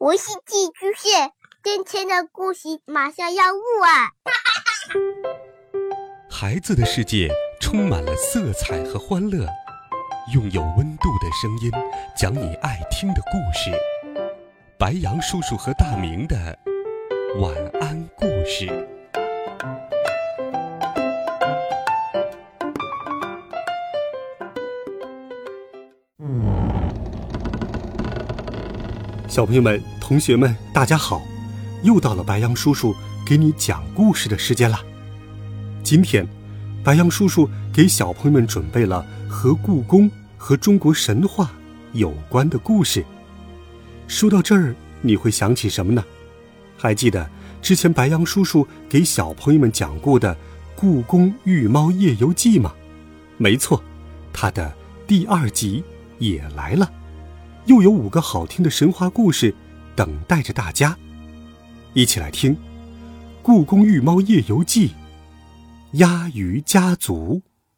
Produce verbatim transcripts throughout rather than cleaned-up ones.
我是寄居蟹，今天的故事马上要录啊！ 孩子的世界充满了色彩和欢乐，用有温度的声音讲你爱听的故事。白杨叔叔和大明的晚安故事。小朋友们、同学们，大家好！又到了白杨叔叔给你讲故事的时间了。今天，白杨叔叔给小朋友们准备了和故宫和中国神话有关的故事。说到这儿，你会想起什么呢？还记得之前白杨叔叔给小朋友们讲过的《故宫御猫夜游记》吗？没错，它的第二集也来了。又有五个好听的神话故事等待着大家，一起来听《故宫御猫夜游记》鸭鱼家族。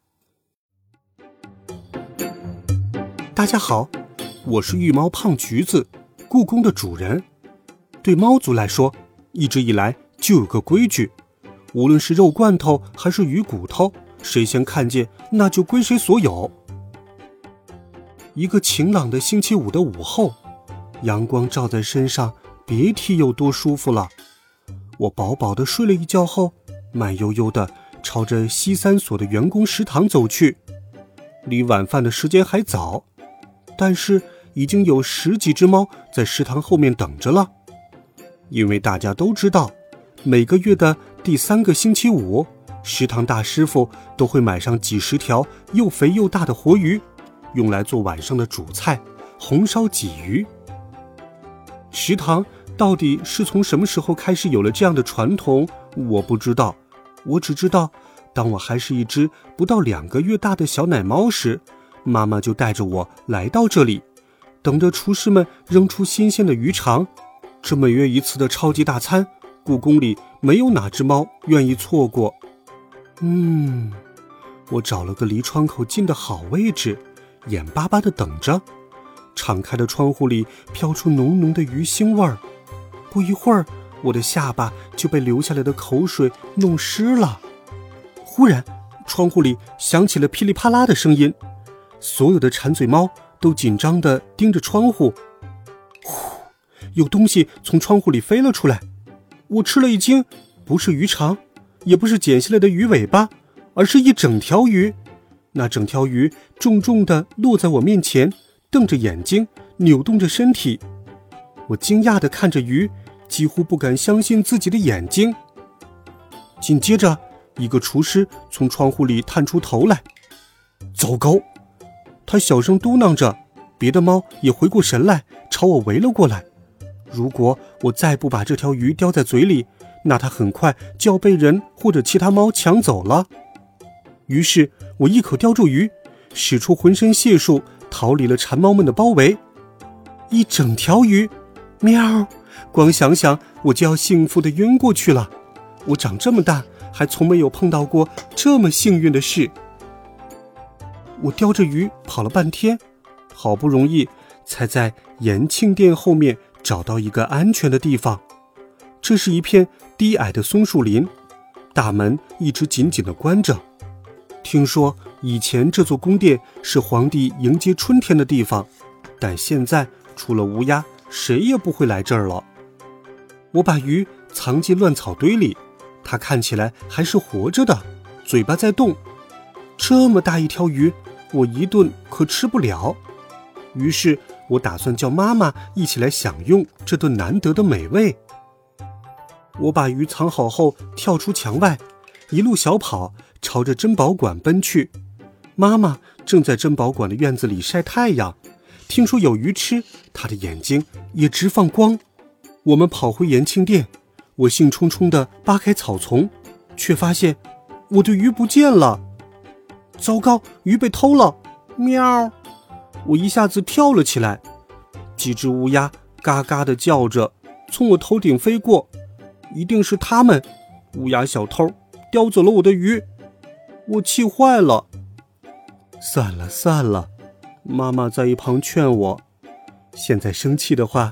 大家好，我是御猫胖橘子，故宫的主人。对猫族来说，一直以来就有个规矩，无论是肉罐头还是鱼骨头，谁先看见那就归谁所有。一个晴朗的星期五的午后，阳光照在身上，别提有多舒服了。我饱饱地睡了一觉后，慢悠悠地朝着西三所的员工食堂走去。离晚饭的时间还早，但是已经有十几只猫在食堂后面等着了。因为大家都知道，每个月的第三个星期五，食堂大师傅都会买上几十条又肥又大的活鱼，用来做晚上的主菜红烧鲫鱼。食堂到底是从什么时候开始有了这样的传统，我不知道。我只知道，当我还是一只不到两个月大的小奶猫时，妈妈就带着我来到这里，等着厨师们扔出新鲜的鱼肠。这每月一次的超级大餐，故宫里没有哪只猫愿意错过。嗯，我找了个离窗口近的好位置，眼巴巴地等着。敞开的窗户里飘出浓浓的鱼腥味儿，不一会儿，我的下巴就被流下来的口水弄湿了。忽然，窗户里响起了噼里啪啦的声音，所有的馋嘴猫都紧张地盯着窗户。呼，有东西从窗户里飞了出来，我吃了一惊，不是鱼肠，也不是剪下来的鱼尾巴，而是一整条鱼。那整条鱼重重地落在我面前，瞪着眼睛，扭动着身体。我惊讶地看着鱼，几乎不敢相信自己的眼睛。紧接着，一个厨师从窗户里探出头来。糟糕！他小声嘟囔着，别的猫也回过神来，朝我围了过来。如果我再不把这条鱼叼在嘴里，那它很快就要被人或者其他猫抢走了。于是我一口叼住鱼，使出浑身解数，逃离了馋猫们的包围。一整条鱼，喵！光想想我就要幸福地晕过去了。我长这么大，还从没有碰到过这么幸运的事。我叼着鱼跑了半天，好不容易才在延庆殿后面找到一个安全的地方。这是一片低矮的松树林，大门一直紧紧地关着。听说以前这座宫殿是皇帝迎接春天的地方，但现在除了乌鸦，谁也不会来这儿了。我把鱼藏进乱草堆里，它看起来还是活着的，嘴巴在动。这么大一条鱼，我一顿可吃不了。于是我打算叫妈妈一起来享用这顿难得的美味。我把鱼藏好后，跳出墙外，一路小跑朝着珍宝馆奔去。妈妈正在珍宝馆的院子里晒太阳，听说有鱼吃，她的眼睛也直放光。我们跑回延庆殿，我兴冲冲地扒开草丛，却发现我的鱼不见了。糟糕，鱼被偷了！喵！我一下子跳了起来，几只乌鸦嘎嘎地叫着，从我头顶飞过。一定是他们，乌鸦小偷叼走了我的鱼，我气坏了。算了算了，妈妈在一旁劝我，现在生气的话，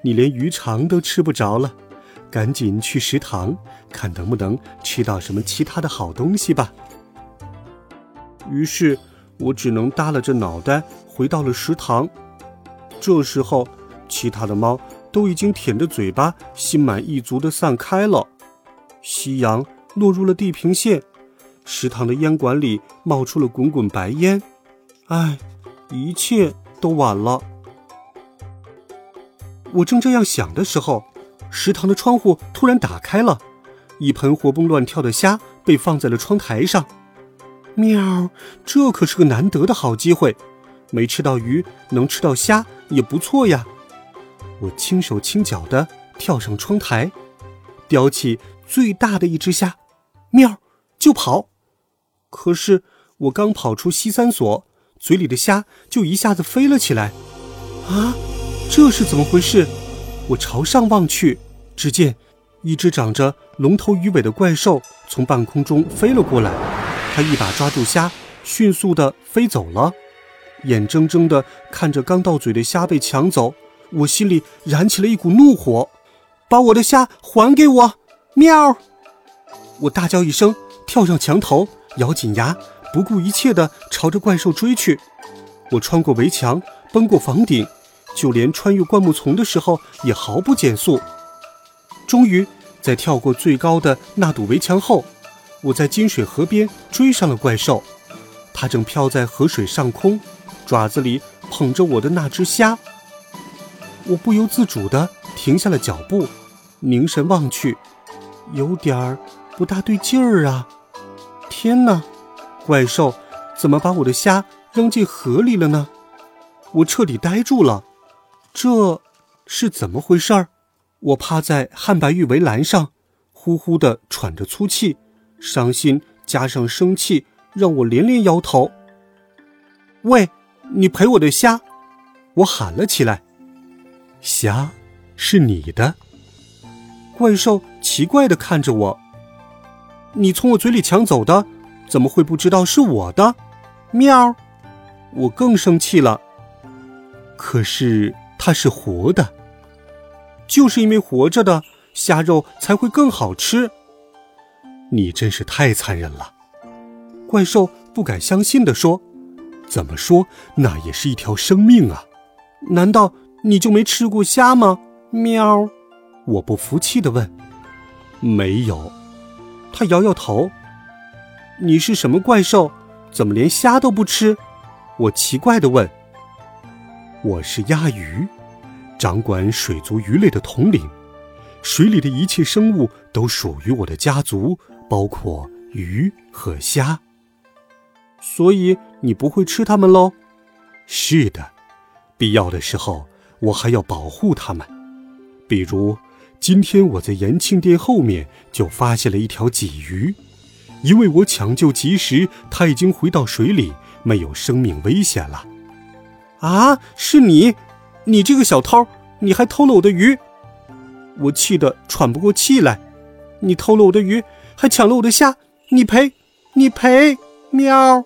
你连鱼肠都吃不着了，赶紧去食堂，看能不能吃到什么其他的好东西吧。于是我只能耷拉着脑袋回到了食堂。这时候其他的猫都已经舔着嘴巴心满意足地散开了，夕阳落入了地平线，食堂的烟管里冒出了滚滚白烟。唉，一切都晚了。我正这样想的时候，食堂的窗户突然打开了，一盆活蹦乱跳的虾被放在了窗台上。喵，这可是个难得的好机会，没吃到鱼，能吃到虾也不错呀。我轻手轻脚地跳上窗台，叼起最大的一只虾，喵就跑。可是我刚跑出西三所，嘴里的虾就一下子飞了起来。啊，这是怎么回事？我朝上望去，只见一只长着龙头鱼尾的怪兽从半空中飞了过来，它一把抓住虾，迅速地飞走了。眼睁睁地看着刚到嘴的虾被抢走，我心里燃起了一股怒火，把我的虾还给我！喵！我大叫一声，跳上墙头，咬紧牙，不顾一切地朝着怪兽追去。我穿过围墙，奔过房顶，就连穿越灌木丛的时候也毫不减速。终于在跳过最高的那堵围墙后，我在金水河边追上了怪兽。它正飘在河水上空，爪子里捧着我的那只虾。我不由自主地停下了脚步，凝神望去，有点儿不大对劲儿啊！天哪，怪兽怎么把我的虾扔进河里了呢？我彻底呆住了，这是怎么回事儿？我趴在汉白玉围栏上，呼呼地喘着粗气，伤心加上生气让我连连摇头。喂，你赔我的虾！我喊了起来。虾是你的？怪兽奇怪地看着我。你从我嘴里抢走的，怎么会不知道是我的？喵！我更生气了。可是它是活的，就是因为活着的虾肉才会更好吃。你真是太残忍了！怪兽不敢相信地说。怎么说，那也是一条生命啊！难道你就没吃过虾吗？喵！我不服气地问。没有。他摇摇头。你是什么怪兽？怎么连虾都不吃？我奇怪地问。我是鸭鱼，掌管水族鱼类的统领，水里的一切生物都属于我的家族，包括鱼和虾。所以你不会吃它们喽？是的，必要的时候我还要保护它们。比如今天我在延庆殿后面就发现了一条鲫鱼，因为我抢救及时，它已经回到水里，没有生命危险了。啊，是你！你这个小偷，你还偷了我的鱼！我气得喘不过气来。你偷了我的鱼，还抢了我的虾，你赔！你赔！喵！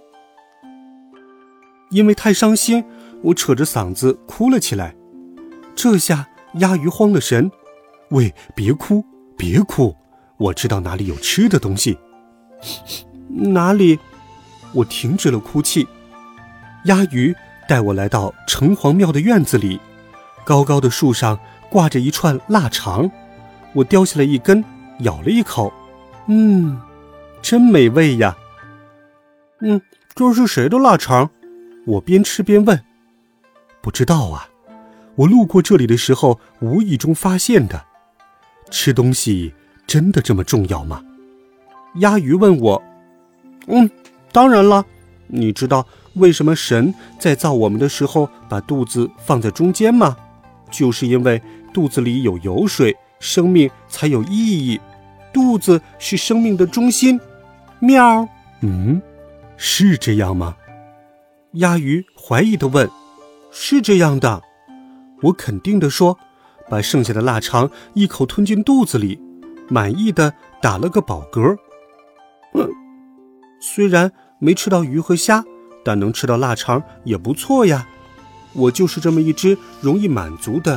因为太伤心，我扯着嗓子哭了起来。这下鸭鱼慌了神。喂，别哭，别哭，我知道哪里有吃的东西。哪里？我停止了哭泣。鸭鱼带我来到城隍庙的院子里，高高的树上挂着一串腊肠，我叼下了一根，咬了一口，嗯，真美味呀。嗯，这是谁的腊肠？我边吃边问。不知道啊，我路过这里的时候无意中发现的。吃东西真的这么重要吗？鸭鱼问我。嗯，当然了。你知道为什么神在造我们的时候把肚子放在中间吗？就是因为肚子里有油水，生命才有意义。肚子是生命的中心。喵。嗯，是这样吗？鸭鱼怀疑地问。是这样的。我肯定地说，把剩下的腊肠一口吞进肚子里，满意地打了个饱嗝。嗯，虽然没吃到鱼和虾，但能吃到腊肠也不错呀。我就是这么一只容易满足的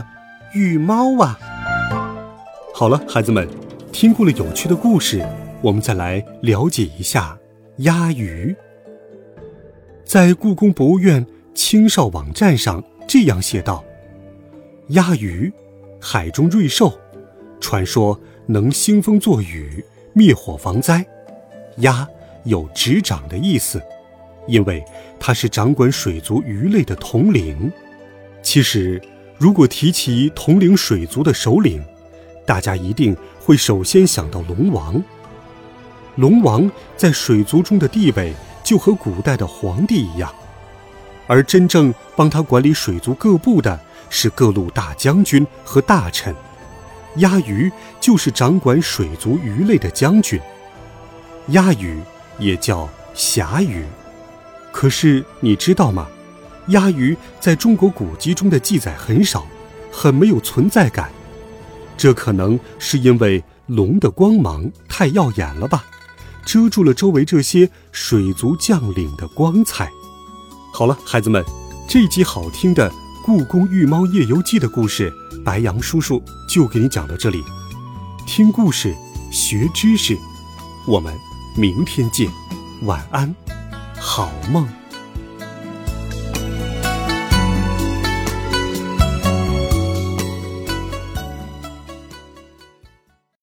玉猫啊！好了，孩子们，听过了有趣的故事，我们再来了解一下鸭鱼。在故宫博物院青少网站上这样写道：鸭鱼，海中瑞兽，传说能兴风作雨，灭火防灾。鸭有执掌的意思，因为它是掌管水族鱼类的统领。其实如果提起统领水族的首领，大家一定会首先想到龙王。龙王在水族中的地位就和古代的皇帝一样，而真正帮他管理水族各部的是各路大将军和大臣。鸭鱼就是掌管水族鱼类的将军。鸭鱼也叫侠鱼，可是你知道吗？鸭鱼在中国古籍中的记载很少，很没有存在感。这可能是因为龙的光芒太耀眼了吧，遮住了周围这些水族将领的光彩。好了，孩子们，这一集好听的《故宫御猫夜游记》的故事，白杨叔叔就给你讲到这里。听故事，学知识，我们明天见，晚安，好梦。